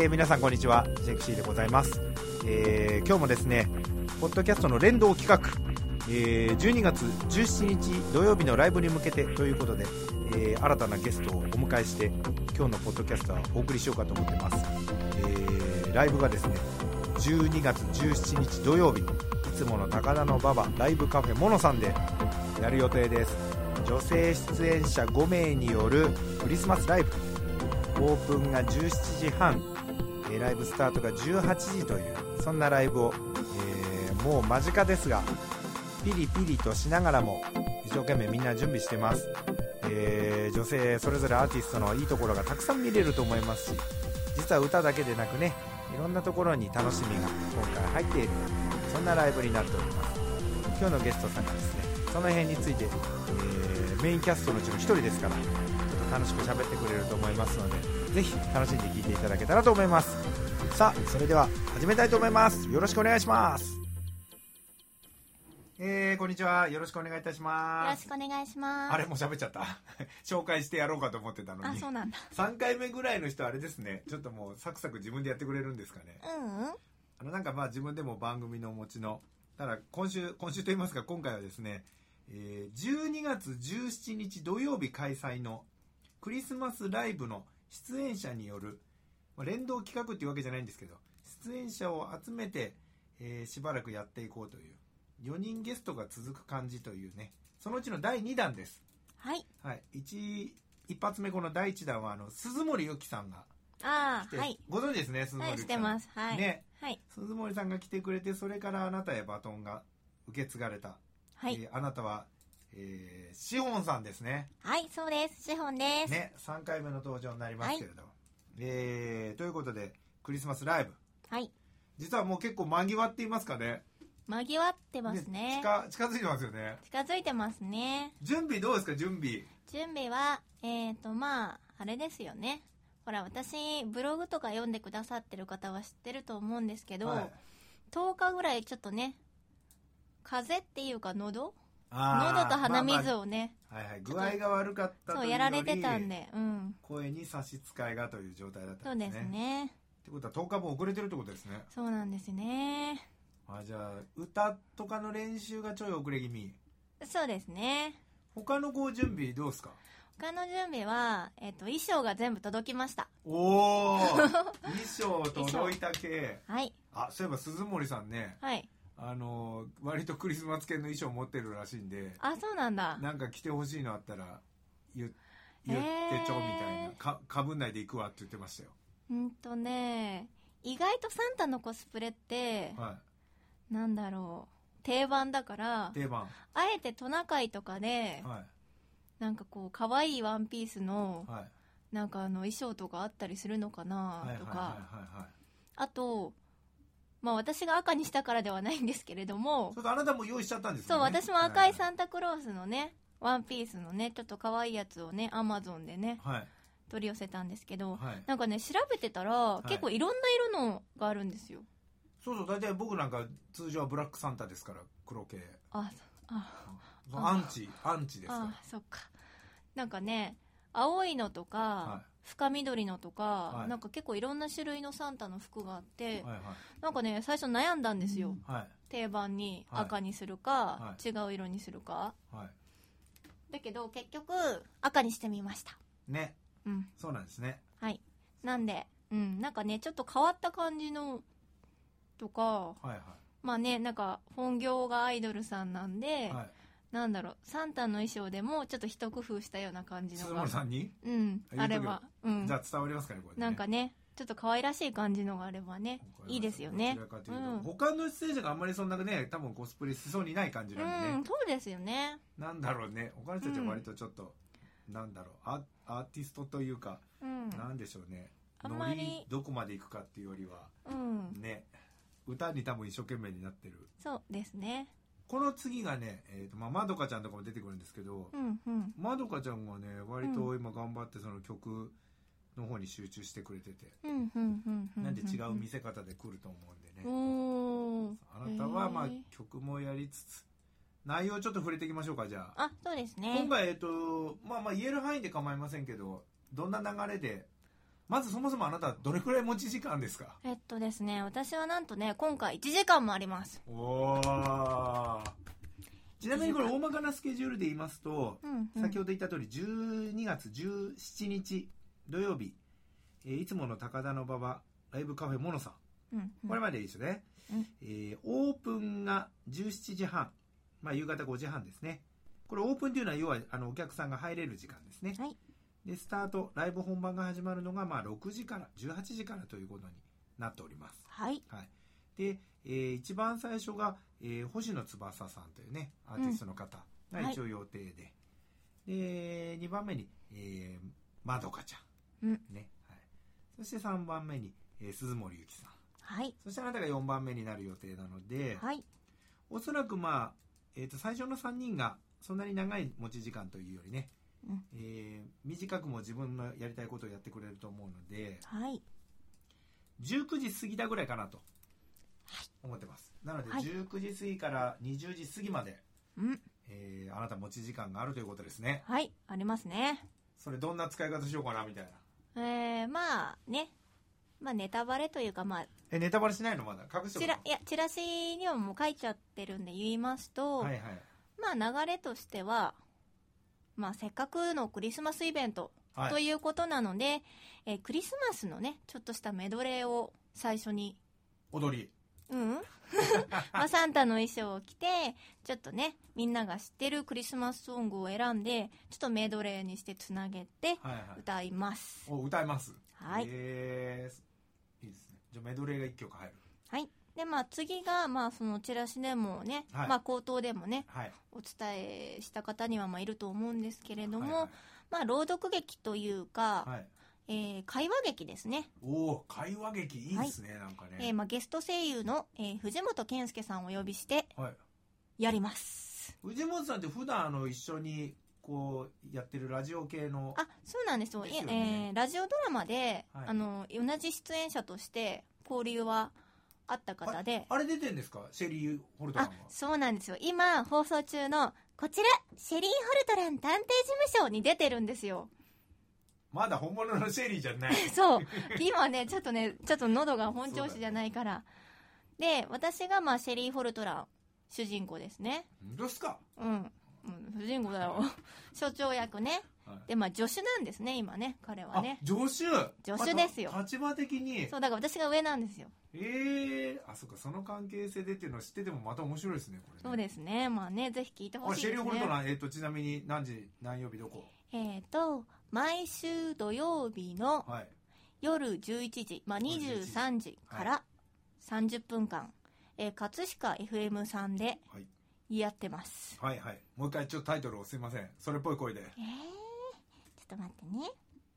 皆さんこんにちは、ジェクシーでございます。今日もですねポッドキャストの連動企画、12月17日土曜日のライブに向けてということで、新たなゲストをお迎えして今日のポッドキャストはお送りしようかと思ってます。ライブがですね12月17日土曜日、いつもの高田馬場ライブカフェモノさんでやる予定です。女性出演者5名によるクリスマスライブ、オープンが17時半、ライブスタートが18時というそんなライブを、もう間近ですがピリピリとしながらも一生懸命みんな準備してます。女性それぞれアーティストのいいところがたくさん見れると思いますし、実は歌だけでなくね、いろんなところに楽しみが今回入っている、そんなライブになっております。今日のゲストさんがですねその辺について、メインキャストのうちの一人ですからちょっと楽しく喋ってくれると思いますので、ぜひ楽しんで聞いていただけたらと思います。さあそれでは始めたいと思います。よろしくお願いします。こんにちは、よろしくお願いいたします。 よろしくお願いします。 あれもう喋っちゃった紹介してやろうかと思ってたのに。 あ、そうなんだ。 3回目ぐらいの人あれですね、ちょっともうサクサク自分でやってくれるんですかね。なんかまあ自分でも番組のお持ちの、ただ今週と言いますか、今回はですね、12月17日土曜日開催のクリスマスライブの出演者による、連動企画っていうわけじゃないんですけど、出演者を集めて、しばらくやっていこうという4人ゲストが続く感じというね、そのうちの第2弾です。 はい、 はい、一発目この第1弾は鈴森由紀さんが来て、 はい、 ご存知ですね、鈴森由紀さん、 はい、してます。はい、 ね、 はい、 鈴森さんが来てくれて、それからあなたへバトンが受け継がれた、 はい、 あなたは、シホンさんですね。 はい、そうです、シホンです。 ね、3回目の登場になりますけれども、ということでクリスマスライブ、 はい、 実はもう結構間際って言いますかね、 間際ってますね。 近づいてますよね。 近づいてますね。 準備どうですか？準備はまああれですよね。ほら、私ブログとか読んでくださってる方は知ってると思うんですけど、 はい、 10日ぐらいちょっとね、風邪っていうか喉と鼻水をね、 はいはい、具合が悪かったというより、 そうやられてたんで、 声に差し支えがという状態だったんですね。 そうですね。 ってことは10日も遅れてるってことですね。 そうなんですね。 じゃあ歌とかの練習がちょい遅れ気味。 そうですね。 他の準備どうですか？ 他の準備は、衣装が全部届きました。 おー衣装届いた系はい。 そういえば鈴森さんね、 はい、 割とクリスマス系の衣装持ってるらしいんで、 そうなんだ。 なんか着てほしいのあったら言ってちょみたいな、かぶんないで行くわって言ってましたよ。 意外とサンタのコスプレって、なんだろう、定番だから、あえてトナカイとかで、なんかこう可愛いワンピースの、なんか衣装とかあったりするのかなとか、あと、私が赤にしたからではないんですけれども、 あなたも用意しちゃったんですよね。そう、私も赤いサンタクロースのね、ワンピースのね、ちょっと可愛いやつをね、アマゾンでね、取り寄せたんですけど、なんかね、調べてたら、結構いろんな色のがあるんですよ。 そう、大体僕なんか通常はブラックサンタですから、黒系。アンチですから。 そっか。なんかね、青いのとか、深緑のとか、なんか結構いろんな種類のサンタの服があって、なんかね、最初悩んだんですよ。定番に赤にするか、違う色にするか。だけど結局赤にしてみましたね。そうなんですね。 はい。なんで、なんかね、ちょっと変わった感じのとか、まあね、なんか本業がアイドルさんなんで、なんだろう、サンタの衣装でもちょっと一工夫したような感じの鈴森さんにあれば、 じゃあ伝わりますかね、これね。 なんかね、ちょっと可愛らしい感じのがあればね、いいですよね。 他の出演者があんまりそんなね、多分コスプレしそうにない感じなんでね。 そうですよね。 なんだろうね、他の人たちは割とちょっと、なんだろう、アーティストというか、なんでしょうね、ノリどこまで行くかっていうよりは、ね、歌に多分一生懸命になってる。 そうですね。 この次がね、まどかちゃんとかも出てくるんですけど、まどかちゃんがね、割と今頑張ってその曲の方に集中してくれてて、なんで違う見せ方で来ると思うんでね。あなたはまあ曲もやりつつ、内容ちょっと触れていきましょうか。じゃあ、 そうですね。 今回まあ言える範囲で構いませんけど、どんな流れで、 まずそもそもあなたどれくらい持ち時間ですか？ ですね、私はなんとね、今回1時間もあります。 おー。ちなみにこれ大まかなスケジュールで言いますと、先ほど言った通り12月17日土曜日、いつもの高田馬場ライブカフェモノさん、これまでいいですよね、オープンが17時半、夕方5時半ですね。これオープンというのは要はお客さんが入れる時間ですね、はい、でスタートライブ本番が始まるのが6時から18時からということになっております。 はい、 はい、で、一番最初が、星野翼さんというねアーティストの方が一応予定で、で2番目に、まどかちゃん、ね、はい、そして3番目に、鈴森ゆきさん、 はい、 そしてあなたが4番目になる予定なので、 はい、 おそらく最初の3人がそんなに長い持ち時間というよりね、短くも自分のやりたいことをやってくれると思うので、 はい、 19時過ぎたぐらいかなと思ってます。なので19時過ぎから20時過ぎまで、あなた持ち時間があるということですね。 はい、ありますね。 それどんな使い方しようかなみたいな。 ネタバレというかネタバレしないの？まだ隠しておくの？ チラシにはもう書いちゃってるんで言いますと、流れとしてはせっかくのクリスマスイベントということなので、クリスマスのねちょっとしたメドレーを最初に踊りサンタの衣装を着てちょっとねみんなが知ってるクリスマスソングを選んでちょっとメドレーにしてつなげて歌います。 歌います。 はい、 いいですね。じゃあメドレーが1曲入る。 はい。で次がそのチラシでもね、口頭でもね、お伝えした方にはいると思うんですけれども、朗読劇というか、会話劇ですね。 会話劇いいですね、なんかね。 ゲスト声優の、藤本健介さんをお呼びしてやります。 藤本さんって普段一緒にこうやってるラジオ系の。 そうなんですよ。ラジオドラマで、同じ出演者として交流はあった方で。 あれ出てるんですか？シェリー・ホルトランが。 そうなんですよ。今放送中のこちらシェリー・ホルトラン探偵事務所に出てるんですよ。 まだ本物のシェリーじゃない。 そう今ねちょっと喉が本調子じゃないから。で私がシェリー・ホルトラン主人公ですね。 どうすか？ 主人公だろう所長役ね、で助手なんですね今ね彼はね。 助手ですよ。 立場的にそうだから私が上なんですよ。 そうか、その関係性でっていうのを知っててもまた面白いですねこれね。 そうですね。ぜひ聞いてほしいですね。 シェリー・ホルトラン、ちなみに何曜日どこ？ 毎週土曜日の夜11時、23時から30分間、葛飾 FM さんでやってます。 はいはい。もう一回ちょっとタイトルをすいません。それっぽい声で。 ちょっと待ってね。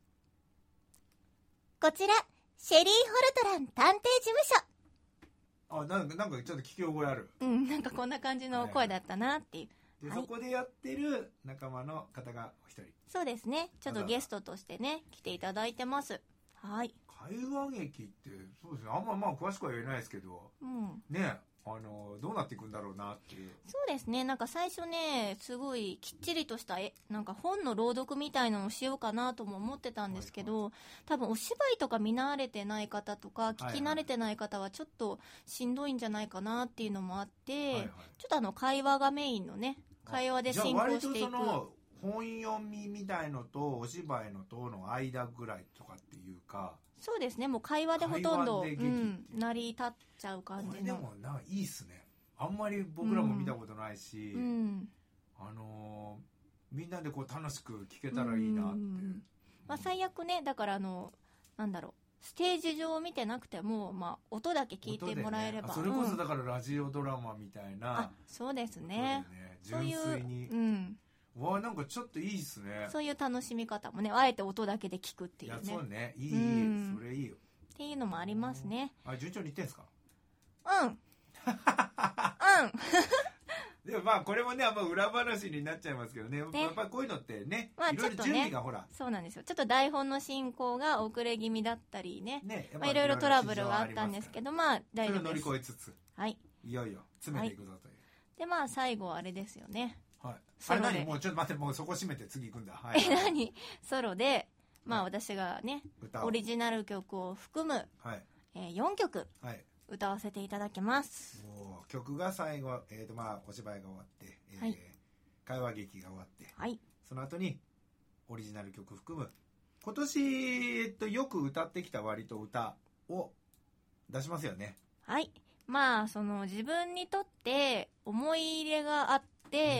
こちらシェリー・ホルトラン探偵事務所。なんかちょっと聞き覚えある。 なんかこんな感じの声だったなっていう。 でそこでやってる仲間の方がお一人。 そうですね。ちょっとゲストとしてね来ていただいてます。はい。 会話劇ってそうですね。あんま詳しくは言えないですけど、ねどうなっていくんだろうなっていう。 そうですね。なんか最初ねすごいきっちりとしたなんか本の朗読みたいなのをしようかなとも思ってたんですけど、多分お芝居とか見慣れてない方とか聞き慣れてない方はちょっとしんどいんじゃないかなっていうのもあって、ちょっと会話がメインのね会話で進行していく。 じゃあ割とその本読みみたいのとお芝居のとの間ぐらいとかっていうか。 そうですね。もう会話でほとんど成り立っちゃう感じの。これでもいいっすね。あんまり僕らも見たことないし、みんなでこう楽しく聞けたらいいなって。 最悪ねだからなんだろうステージ上を見てなくても音だけ聞いてもらえれば、 それこそだからラジオドラマみたいな。 そうですね。 純粋に。なんかちょっといいっすね。 そういう楽しみ方もねあえて音だけで聞くっていうね。 そうね。いい、それいいよっていうのもありますね。 順調にいってんすか？でもこれもねあんま裏話になっちゃいますけどね。やっぱこういうのってねいろいろ準備がほら。 そうなんですよ。ちょっと台本の進行が遅れ気味だったりねいろいろトラブルがあったんですけど大丈夫です。それを乗り越えつついよいよ詰めていくぞという。 で最後あれですよね。 あれ何もうちょっと待ってもうそこ閉めて次行くんだ。 何ソロでまあ私がねオリジナル曲を含む、4曲歌わせていただきます。 曲が最後、まあお芝居が終わって、会話劇が終わって、その後にオリジナル曲含む今年、よく歌ってきた割と歌を出しますよね。 はい。まあその自分にとって思い入れがあって、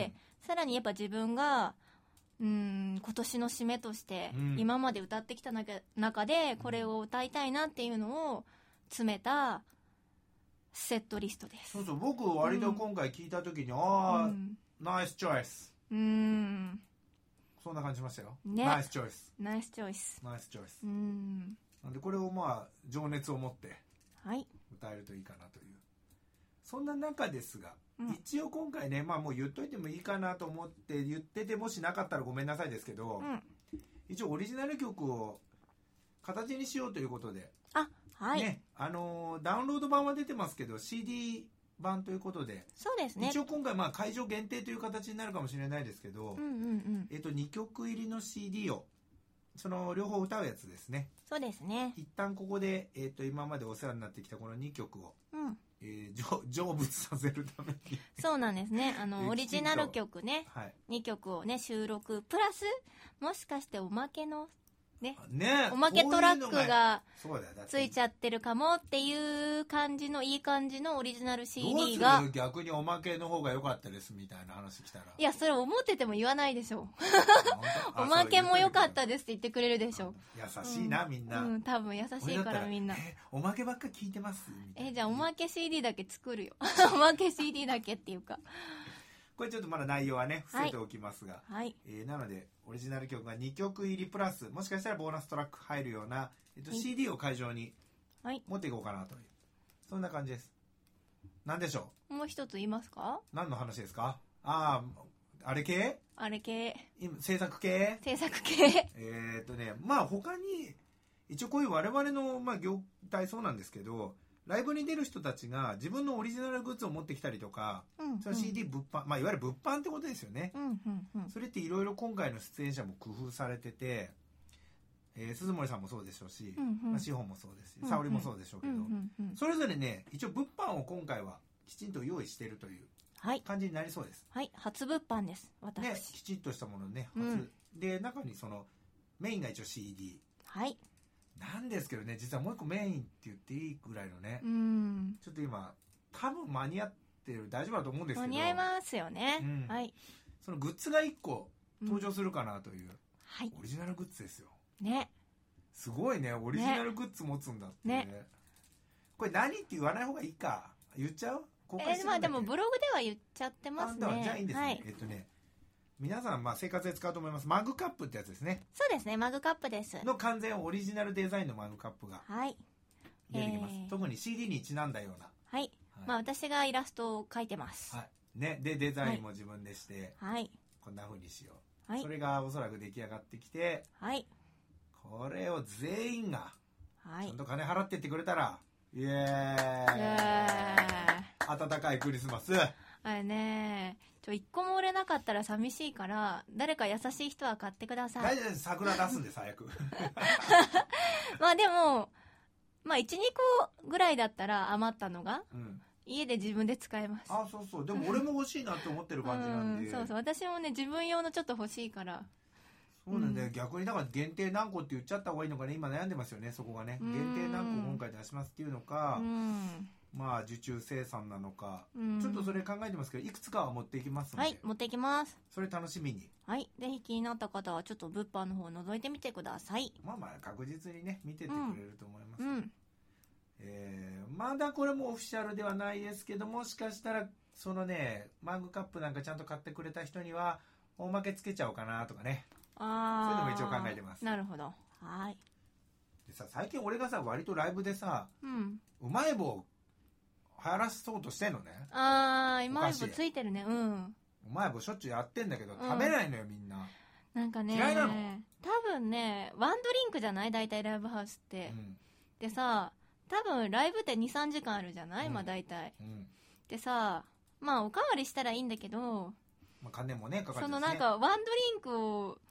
さらにやっぱ自分が今年の締めとして今まで歌ってきた中でこれを歌いたいなっていうのを詰めたセットリストです。 そうそう、僕割と今回聞いた時に、ナイスチョイス。そんな感じしましたよ。ね、ナイスチョイス。 ナイスチョイス。 ナイスチョイス。なんでこれをまあ情熱を持って歌えるといいかなという。そんな中ですが、一応今回ね、まあもう言っといてもいいかなと思って言ってて、もしなかったらごめんなさいですけど、一応オリジナル曲を形にしようということで、ね、ダウンロード版は出てますけど CD 版ということで、 そうですね、 一応今回まあ会場限定という形になるかもしれないですけど、2曲入りの CD をその両方歌うやつですね。 そうですね。 一旦ここで、今までお世話になってきたこの2曲を、成仏させるためにそうなんですね。オリジナル曲ね、2曲をね収録プラスもしかしておまけのね、おまけトラックがついちゃってるかもっていう感じのいい感じのオリジナル CD が。 どうする？逆におまけの方が良かったですみたいな話来たら。 いや、それ思ってても言わないでしょおまけも良かったですって言ってくれるでしょ。 優しいな、みんな。 多分優しいからみんな。 おまけばっか聞いてますみたいな。 じゃあおまけ CD だけ作るよおまけ CD だけっていうか。 これちょっとまだ内容はね伏せておきますが、なのでオリジナル曲が2曲入りプラスもしかしたらボーナストラック入るような、CD を会場に持っていこうかなという、そんな感じです。何でしょう。もう一つ言いますか。 何の話ですか。あれ系今制作系まあ他に一応こういう我々の、まあ、業態そうなんですけど、ライブに出る人たちが自分のオリジナルグッズを持ってきたりとか、その CD 物販、まあ、いわゆる物販ってことですよね。それっていろいろ今回の出演者も工夫されてて、鈴森さんもそうでしょうし、志保もそうですし、沙織もそうでしょうけど、それぞれね一応物販を今回はきちんと用意しているという感じになりそうです。 初物販です私、 ね、きちんとしたものね、で中にそのメインが一応 CD、なんですけどね、実はもう一個メインって言っていいぐらいのね、ちょっと今多分間に合ってる、大丈夫だと思うんですけど、 間に合いますよね、 そのグッズが1個登場するかなという、オリジナルグッズですよね。 すごいね、オリジナルグッズ持つんだってね。これ何って言わない方がいいか、言っちゃう？ まあでもブログでは言っちゃってますね。 じゃあいいんですね、皆さんまあ生活で使うと思います。マグカップってやつですね。 そうですね、マグカップですの完全オリジナルデザインのマグカップが出てきます、特に CD にちなんだような。 まあ私がイラストを描いてます、 ね、でデザインも自分でして、こんな風にしよう、それがおそらく出来上がってきて、これを全員がちゃんと金払ってってくれたら、イエーイ、暖かいクリスマス。 あれね、1個も売れなかったら寂しいから、誰か優しい人は買ってください。 大丈夫です、桜出すんで最悪まあでも、まあ 1,2 個ぐらいだったら余ったのが、家で自分で使えます。 そうそう、でも俺も欲しいなって思ってる感じなんで、 そうそう、私もね自分用のちょっと欲しいから。 そうなんだよ、逆にだから限定何個って言っちゃった方がいいのかね、今悩んでますよね、そこがね。限定何個今回出しますっていうのか、まあ受注生産なのか、ちょっとそれ考えてますけど、いくつかは持っていきますので、 持っていきます。 それ楽しみに。 ぜひ気になった方はちょっと物販の方を覗いてみてください。 まあ確実にね見ててくれると思います、まだこれもオフィシャルではないですけど、もしかしたらそのねマグカップなんかちゃんと買ってくれた人にはおまけつけちゃおうかなとかね、そういうのも一応考えてます。 なるほど。 でさ、最近俺がさ割とライブでさ、うまい棒流行らせそうとしてんのね。 うまい棒ついてるね。 うまい棒しょっちゅうやってんだけど、食べないのよみんな。 なんかね、 嫌いなの？ 多分ねワンドリンクじゃない、大体ライブハウスって、でさ、多分ライブって 2,3 時間あるじゃない、まあ大体、でさ、まあおかわりしたらいいんだけど、 金もねかかるんですね。 そのなんかワンドリンクを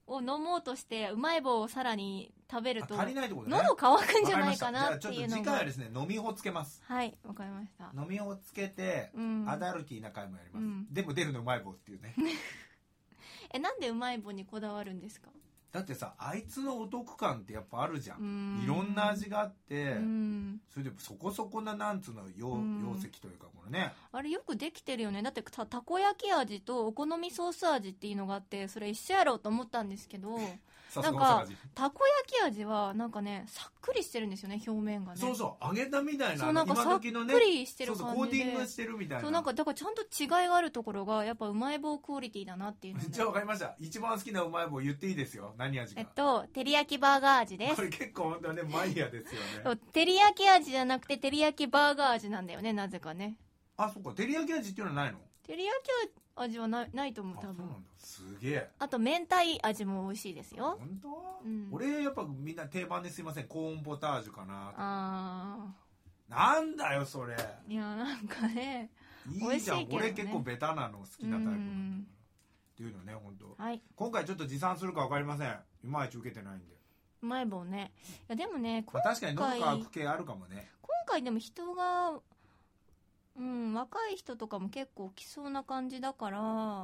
を飲もうとしてうまい棒をさらに食べると足りないってことね。 喉乾くんじゃないかなっていうのが。 じゃあちょっと次回はですね、飲み穂つけます。 はい、わかりました。 飲み穂つけて、アダルティーな回もやります。でも出るのうまい棒っていうね。 なんでうまい棒にこだわるんですか？ だってさ、あいつのお得感ってやっぱあるじゃん。いろんな味があって、それでそこそこななんつうの容積というか、これね。 あれよくできてるよね。だってたこ焼き味とお好みソース味っていうのがあって、それ一緒やろうと思ったんですけど、なんかたこ焼き味はなんかね、さっくりしてるんですよね、表面がね。 そうそう、揚げたみたいな。 そう、なんかさっくりしてる感じで、 コーティングしてるみたいな。 そう、なんかだからちゃんと違いがあるところがやっぱうまい棒クオリティだなっていうの、ね。 じゃあ分かりました。一番好きなうまい棒言っていいですよ。何味か。 照り焼きバーガー味です。 これ結構本当はね、マイヤーですよね。 そう、照り焼き味じゃなくて照り焼きバーガー味なんだよね、なぜかね。 あ、そっか、照り焼き味っていうのはないの？ 照り焼き味はないと思う、多分。 そうなんだ。すげえ。 あと明太味も美味しいですよ。 本当？俺やっぱみんな定番ですいません、コーンポタージュかな。なんだよそれ。 いや、なんかね、 いいじゃん。俺結構ベタなの好きなタイプなんだっていうのね、本当。はい。今回ちょっと持参するか分かりません。いまいち受けてないんで。 うまい棒ね。いやでもね、 確かに喉乾く系あるかもね。 今回でも人が若い人とかも結構来そうな感じだから、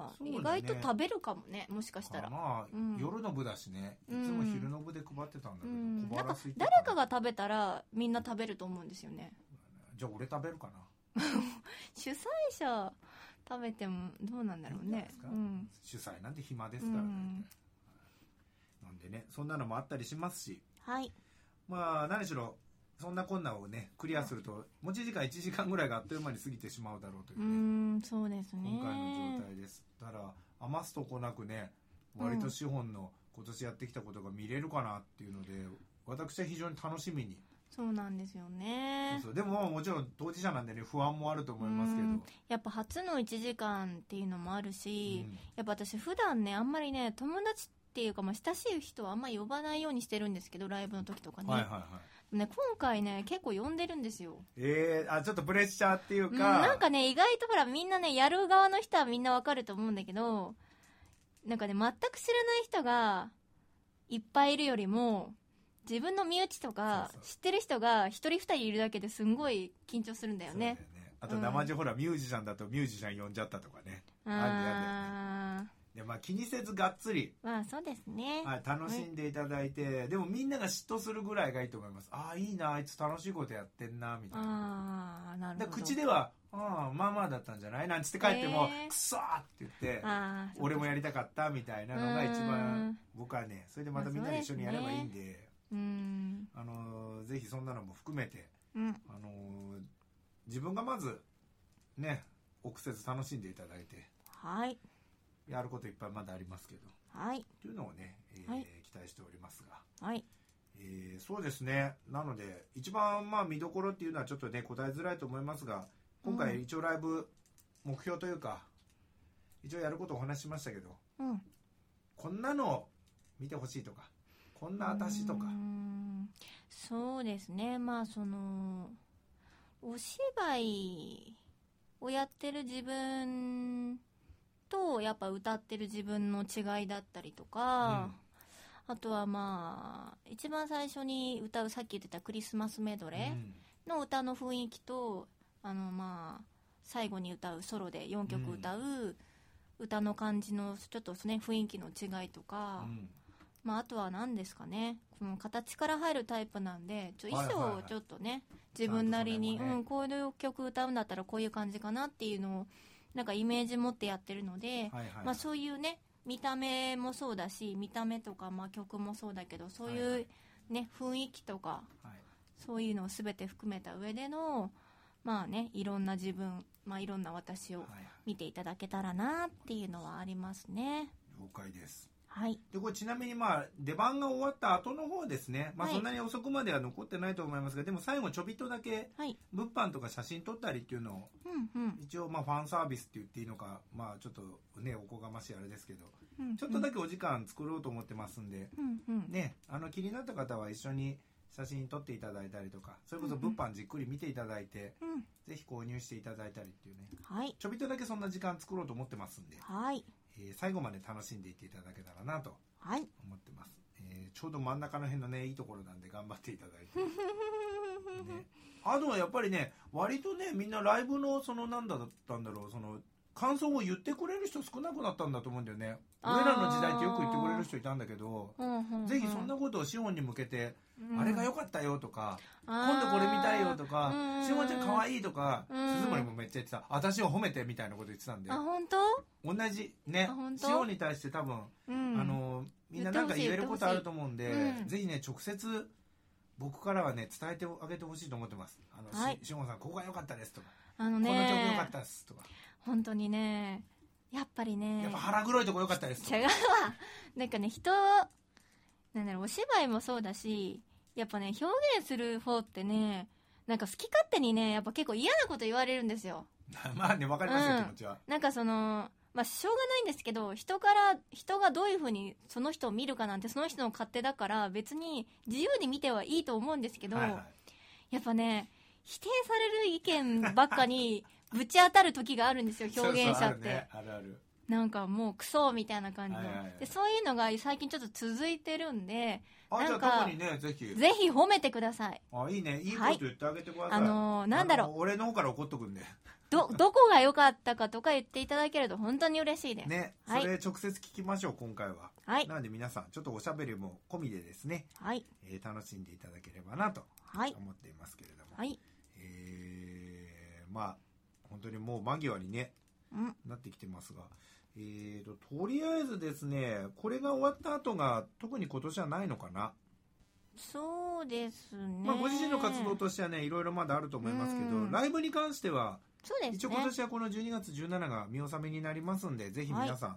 意外と食べるかもね、もしかしたら。 まあ、夜の部だしね、いつも昼の部で配ってたんだけど、 なんか誰かが食べたらみんな食べると思うんですよね。 じゃあ俺食べるかな。 主催者食べてもどうなんだろうね。 主催なんて暇ですからね。なんでね、そんなのもあったりしますし、 はい。 まあ何しろそんな困難をねクリアすると持ち時間1時間ぐらいがあっという間に過ぎてしまうだろうというね。 そうですね。 今回の状態です。だから余すとこなくね、割と資本の今年やってきたことが見れるかなっていうので、私は非常に楽しみに。 そうなんですよね。 でももちろん当事者なんでね、不安もあると思いますけど、 やっぱ初の1時間っていうのもあるし、やっぱ私普段ねあんまりね友達っていうか、まあ、親しい人はあんまり呼ばないようにしてるんですけど、ライブの時とかね。ね、今回ね結構呼んでるんですよ。 ちょっとプレッシャーっていうか、 なんかね意外とほらみんなねやる側の人はみんなわかると思うんだけど、なんかね全く知らない人がいっぱいいるよりも、自分の身内とか知ってる人が一人二人いるだけですんごい緊張するんだよね。 あと生地ほらミュージシャンだとミュージシャン呼んじゃったとかね。でまあ、気にせずがっつり、 まあそうですね、 はい、楽しんでいただいて、でもみんなが嫉妬するぐらいがいいと思います。ああいいな、あいつ楽しいことやってんなみたいな。 なるほど。 口ではまあまあだったんじゃないなんつって帰っても、くそーって言って俺もやりたかったみたいなのが一番僕はね、それでまたみんなで一緒にやればいいんで、ぜひそんなのも含めて、自分がまずね臆せず楽しんでいただいて、 はい、 やることいっぱいまだありますけど、 はい、 というのをね、 はい、 期待しておりますが、 はい、 そうですね。なので一番まあ見どころっていうのはちょっとね答えづらいと思いますが、今回一応ライブ目標というか、一応やることをお話ししましたけど、こんなの見てほしいとか、こんな私とか、 そうですね。まあそのお芝居をやってる自分とやっぱ歌ってる自分の違いだったりとか、あとはまあ一番最初に歌うさっき言ってたクリスマスメドレーの歌の雰囲気と、まあ最後に歌うソロで4曲歌う歌の感じのちょっとね雰囲気の違いとか、まあ、あとは何ですかね、この形から入るタイプなんで衣装をちょっとね自分なりに、こういう曲歌うんだったらこういう感じかなっていうのをなんかイメージ持ってやってるので、まあ、そういうね見た目もそうだし、見た目とかまあ曲もそうだけど、そういうね雰囲気とか、そういうのを全て含めた上でのまあね、いろんな自分、まあ、いろんな私を見ていただけたらなっていうのはありますね。 了解です。 はい、 でこれちなみにまあ出番が終わった後の方ですね、まあ、そんなに遅くまでは残ってないと思いますが、でも最後ちょびっとだけ物販とか写真撮ったりっていうのを、一応まあファンサービスって言っていいのか、まあちょっとねおこがましいあれですけど、ちょっとだけお時間作ろうと思ってますんで、ね、気になった方は一緒に写真撮っていただいたりとか、それこそ物販じっくり見ていただいて、ぜひ購入していただいたりっていうね、ちょびっとだけそんな時間作ろうと思ってますんで、最後まで楽しんでいっていただけたらなとはい、 思ってます。ちょうど真ん中の辺のねいいところなんで頑張っていただいて、ね、あとはやっぱりね割とねみんなライブのそのなんだったんだろう、その感想を言ってくれる人少なくなったんだと思うんだよね。俺らの時代ってよく言ってくれる人いたんだけど、ぜひそんなことをシオンに向けて、あれが良かったよとか、今度これ見たいよとか、シオンちゃん可愛いとか、鈴森もめっちゃ言ってた、私を褒めてみたいなこと言ってたんで。 あ、本当？ 同じね、シオンに対して多分、みんななんか言えることあると思うんで、ぜひね直接僕からはね伝えてあげてほしいと思ってます。シオンさんここが良かったですとか、この曲良かったですとか。 本当にね、やっぱりね、 やっぱ腹黒いとこ良かったですと。 違うわ。なんかね、なんだろう、お芝居もそうだし、やっぱね、表現する方ってね、なんか好き勝手にね、やっぱ結構嫌なこと言われるんですよ。 まあね、わかりますよ、気持ちは。 なんかしょうがないんですけど、人がどういう風にその人を見るかなんてその人の勝手だから、別に自由に見てはいいと思うんですけど、やっぱね、否定される意見ばっかにぶち当たる時があるんですよ、表現者って。 あるある。 なんかもうクソみたいな感じの、でそういうのが最近ちょっと続いてるんで、 なんか特にね、ぜひ褒めてください。 いいね、いいこと言ってあげてください。 なんだろう、 俺の方から怒っとくんで、 どこが良かったかとか言っていただけると本当に嬉しいですね。それ直接聞きましょう、今回は。なので皆さんちょっとおしゃべりも込みでですね、楽しんでいただければなと思っていますけれども、まあ本当にもう間際にね、なってきてますが、とりあえずですね、これが終わった後が特に今年はないのかな。 そうですね。 ご自身の活動としてはね、いろいろまだあると思いますけど、ライブに関しては、 そうですね、 一応今年はこの12月17が見納めになりますんで、ぜひ皆さん、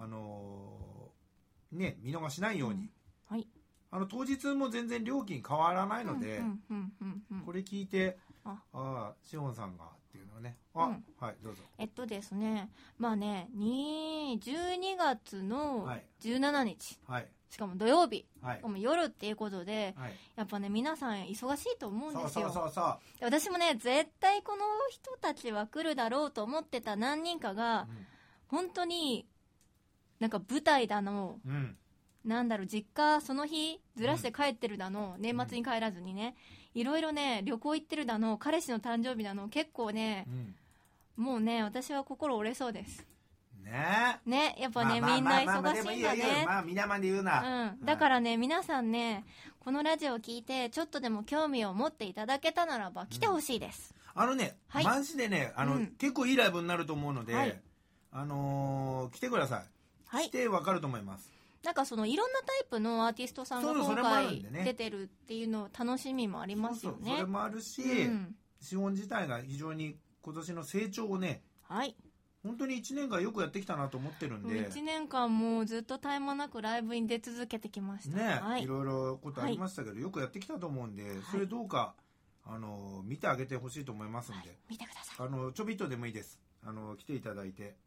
見逃しないように。当日も全然料金変わらないので、これ聞いて、シオンさんがっていうのはね、はい、どうぞ。 ですね、12月の17日、しかも土曜日、しかも夜っていうことで、やっぱね、皆さん忙しいと思うんですよ。私もね、絶対この人たちは来るだろうと思ってた何人かが、本当になんか舞台だの、なんだろう、実家その日ずらして帰ってるだの、年末に帰らずにね、いろいろね、旅行行ってるだの、彼氏の誕生日だの、結構ね、もうね、私は心折れそうですね。やっぱね、みんな忙しいんだね。 皆まで言うな。 だからね、皆さんね、このラジオを聞いてちょっとでも興味を持っていただけたならば来てほしいです。 マジでね、結構いいライブになると思うので、来てください。来てわかると思います。 なんかいろんなタイプのアーティストさんが今回出てるっていうの楽しみもありますよね。 それもあるし、シオン自体が非常に今年の成長をね、本当に1年間よくやってきたなと思ってるんで、 1年間もうずっと絶え間なくライブに出続けてきましたね。いろいろことありましたけど、よくやってきたと思うんで、それどうか見てあげてほしいと思いますんで、 見てください。 ちょびっとでもいいです。来ていただいて、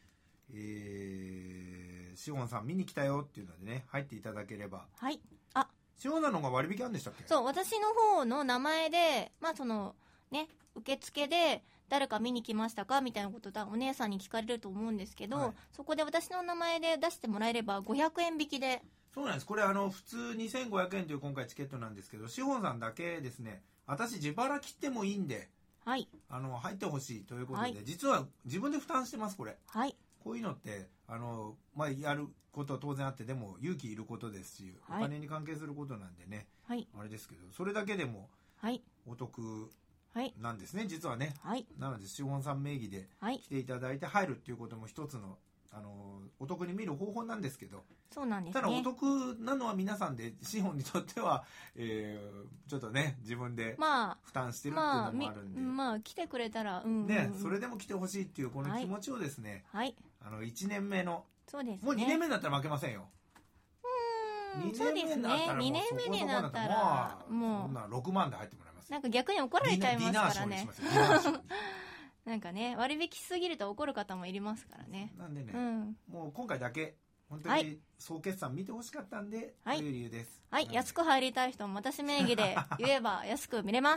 シオンさん見に来たよっていうのでね、入っていただければ。シオンさんの方が割引あるんでしたっけ？ そう、私の方の名前で、受付で誰か見に来ましたかみたいなことだお姉さんに聞かれると思うんですけど、そこで私の名前で出してもらえれば500円引きで。 そうなんです。これ普通2500円という今回チケットなんですけど、シオンさんだけですね、私自腹切ってもいいんで、入ってほしいということで、実は自分で負担してます、これ。こういうのってやることは当然あって、でも勇気いることですし、お金に関係することなんでね、あれですけど、それだけでもお得なんですね、実はね。なのでシオンさん名義で来ていただいて入るっていうことも一つのお得に見る方法なんですけど、 そうなんですね。 ただお得なのは皆さんで、シオンにとっては、ちょっとね自分で負担してるっていうのもあるんで、 来てくれたら、 それでも来てほしいっていうこの気持ちをですね、1年目の、 そうですね、 もう2年目になったら負けませんよ。 そうですね、2年目になったらもうそんな6万で入ってもらいます。 なんか逆に怒られちゃいますからね。なんかね、割引しすぎると怒る方もいますからね。 なんでね、もう今回だけ本当に総決算見てほしかったんで、という理由です。 安く入りたい人も私名義で言えば安く見れます。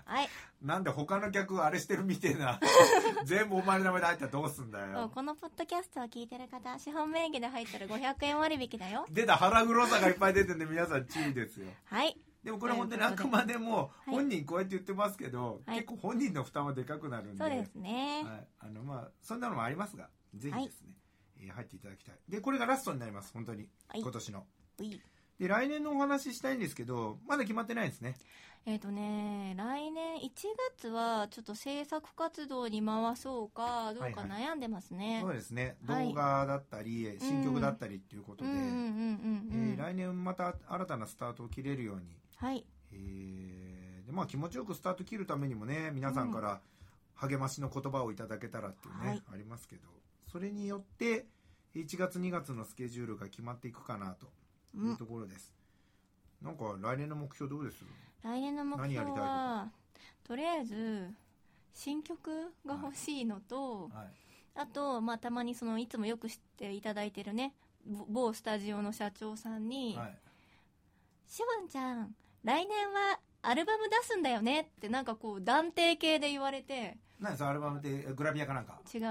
はい。 なんで他の客あれしてるみたいな全部お前の名前で入ったらどうすんだよ。 このポッドキャストを聞いてる方、資本名義で入ったら500円割引だよ。 出た、腹黒さがいっぱい出てるんで皆さん注意ですよ。 はい。 でもこれ本当にあくまでも本人こうやって言ってますけど、はい、結構本人の負担はでかくなるんで、 そうですね、 はい、まあそんなのもありますが、ぜひですね、入っていただきたい。でこれがラストになります、本当に、はい、今年の。で来年のお話したいんですけど、まだ決まってないですね。 来年1月はちょっと制作活動に回そうかどうか悩んでますね。 そうですね、動画だったり、新曲だったりっていうことで、来年また新たなスタートを切れるように、はい、でまあ、気持ちよくスタート切るためにもね、皆さんから励ましの言葉をいただけたらっていうね、ありますけど、それによって1月2月のスケジュールが決まっていくかなというところです、なんか来年の目標どうです？ 来年の目標はとりあえず新曲が欲しいのと、あと、まあ、たまにそのいつもよく知っていただいてるね某スタジオの社長さんに、しおんちゃん来年はアルバム出すんだよねってなんかこう断定系で言われて、 何そのアルバムってグラビアかなんか？ 違う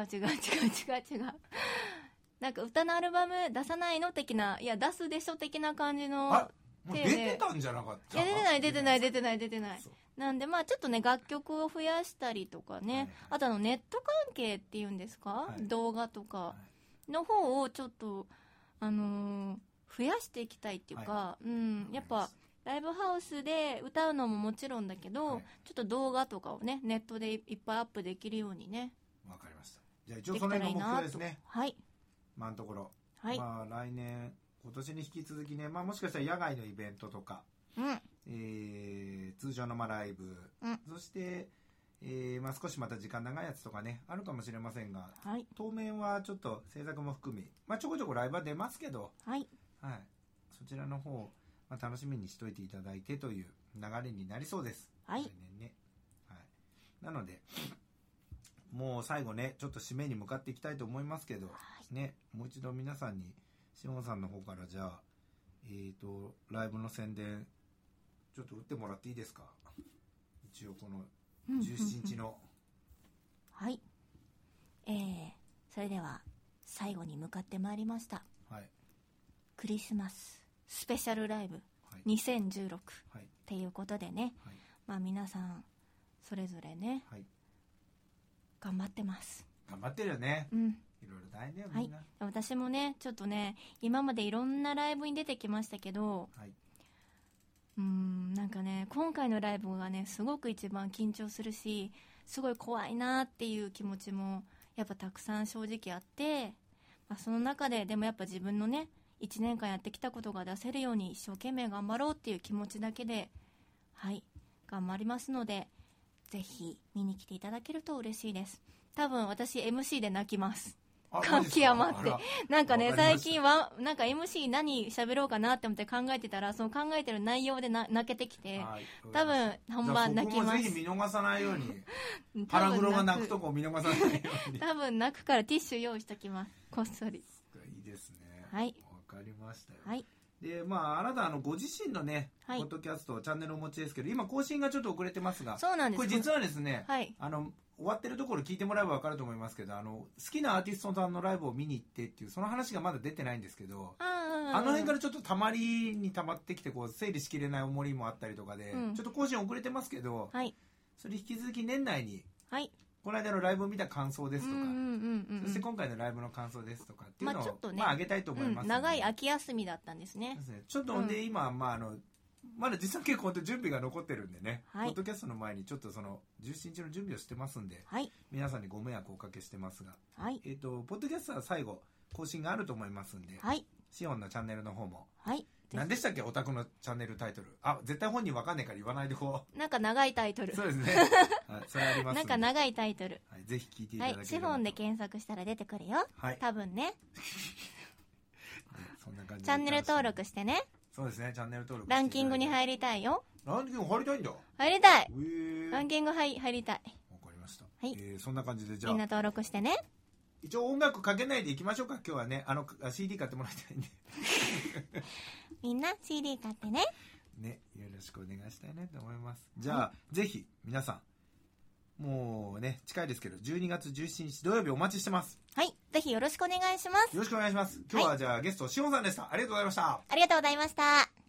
なんか歌のアルバム出さないの的な、いや出すでしょ的な感じの。 もう出てたんじゃなかった？ いや出てないなんで、まあちょっとね楽曲を増やしたりとかね、あとネット関係っていうんですか、動画とかの方をちょっと増やしていきたいっていうか、やっぱライブハウスで歌うのももちろんだけど、ちょっと動画とかをねネットでいっぱいアップできるようにね。 わかりました。じゃあ一応その辺の目標ですね。 はい。 今のところ、まあ来年今年に引き続きね、まあ、もしかしたら野外のイベントとか、通常のライブ、そして、まあ、少しまた時間長いやつとかねあるかもしれませんが、当面はちょっと制作も含み、まあ、ちょこちょこライブは出ますけど、そちらの方、まあ、楽しみにしといていただいてという流れになりそうです、来年ね。なのでもう最後ねちょっと締めに向かっていきたいと思いますけど、ね、もう一度皆さんにしおんさんの方からじゃあ、ライブの宣伝ちょっと打ってもらっていいですか？一応この17日の、 はい、それでは最後に向かってまいりました、クリスマススペシャルライブ2016、っていうことでね、まあ皆さんそれぞれね、頑張ってます。 頑張ってるよね、いろいろ大変だよみんな、 私もねちょっとね今までいろんなライブに出てきましたけど、なんかね今回のライブがねすごく一番緊張するし、すごい怖いなっていう気持ちもやっぱたくさん正直あって、まあ、その中ででもやっぱ自分のね1年間やってきたことが出せるように一生懸命頑張ろうっていう気持ちだけで頑張りますので、ぜひ見に来ていただけると嬉しいです。多分私 MC で泣きます。感極まって。なんかね最近はなんか MC 何喋ろうかなって思って考えてたら、その考えてる内容で泣けてきて、多分本番泣きます。 ぜひ見逃さないように腹黒が泣くとこを見逃さないように多分泣くからティッシュ用意しときます、こっそり。いいですね、 わかりましたよ。でまあ、あなたご自身のね、ポッドキャストチャンネルをお持ちですけど、今更新がちょっと遅れてますが、 そうなんです。 これ実はですね、終わってるところ聞いてもらえば分かると思いますけど、好きなアーティストさんのライブを見に行ってっていうその話がまだ出てないんですけど、あの辺からちょっとたまりにたまってきてこう整理しきれない重りもあったりとかで、ちょっと更新遅れてますけど、それ引き続き年内に、この間のライブを見た感想ですとか、そして今回のライブの感想ですとかっていうのを、上げたいと思います。 長い秋休みだったんですね。 ちょっとで今、まだ実は結構準備が残ってるんでね、ポッドキャストの前にちょっとその17日の準備をしてますんで、皆さんにご迷惑をおかけしてますが、ポッドキャストは最後更新があると思いますんで、シオンのチャンネルの方も、何でしたっけ、オタクのチャンネルタイトル。絶対本人わかんないから言わないでこう。 なんか長いタイトル。 そうですね。それあります。 なんか長いタイトル。 ぜひ聞いていただければ。 シフォンで検索したら出てくるよ。多分ね。 そんな感じ。 チャンネル登録してね。 そうですね、チャンネル登録。 ランキングに入りたいよ。 ランキング入りたいんだ。 入りたい。ランキング入りたい。 わかりました。そんな感じでじゃあ。 みんな登録してね。 一応音楽かけないでいきましょうか、今日はね。CD 買ってもらいたいんで。 みんな CD 買ってね。 ね、よろしくお願いしたいなと思います。じゃあ、ぜひ皆さん、もうね、近いですけど、12月17日土曜日お待ちしてます。 はい、ぜひよろしくお願いします。 よろしくお願いします。今日はじゃあ、ゲストしおんさんでした。ありがとうございました。 ありがとうございました。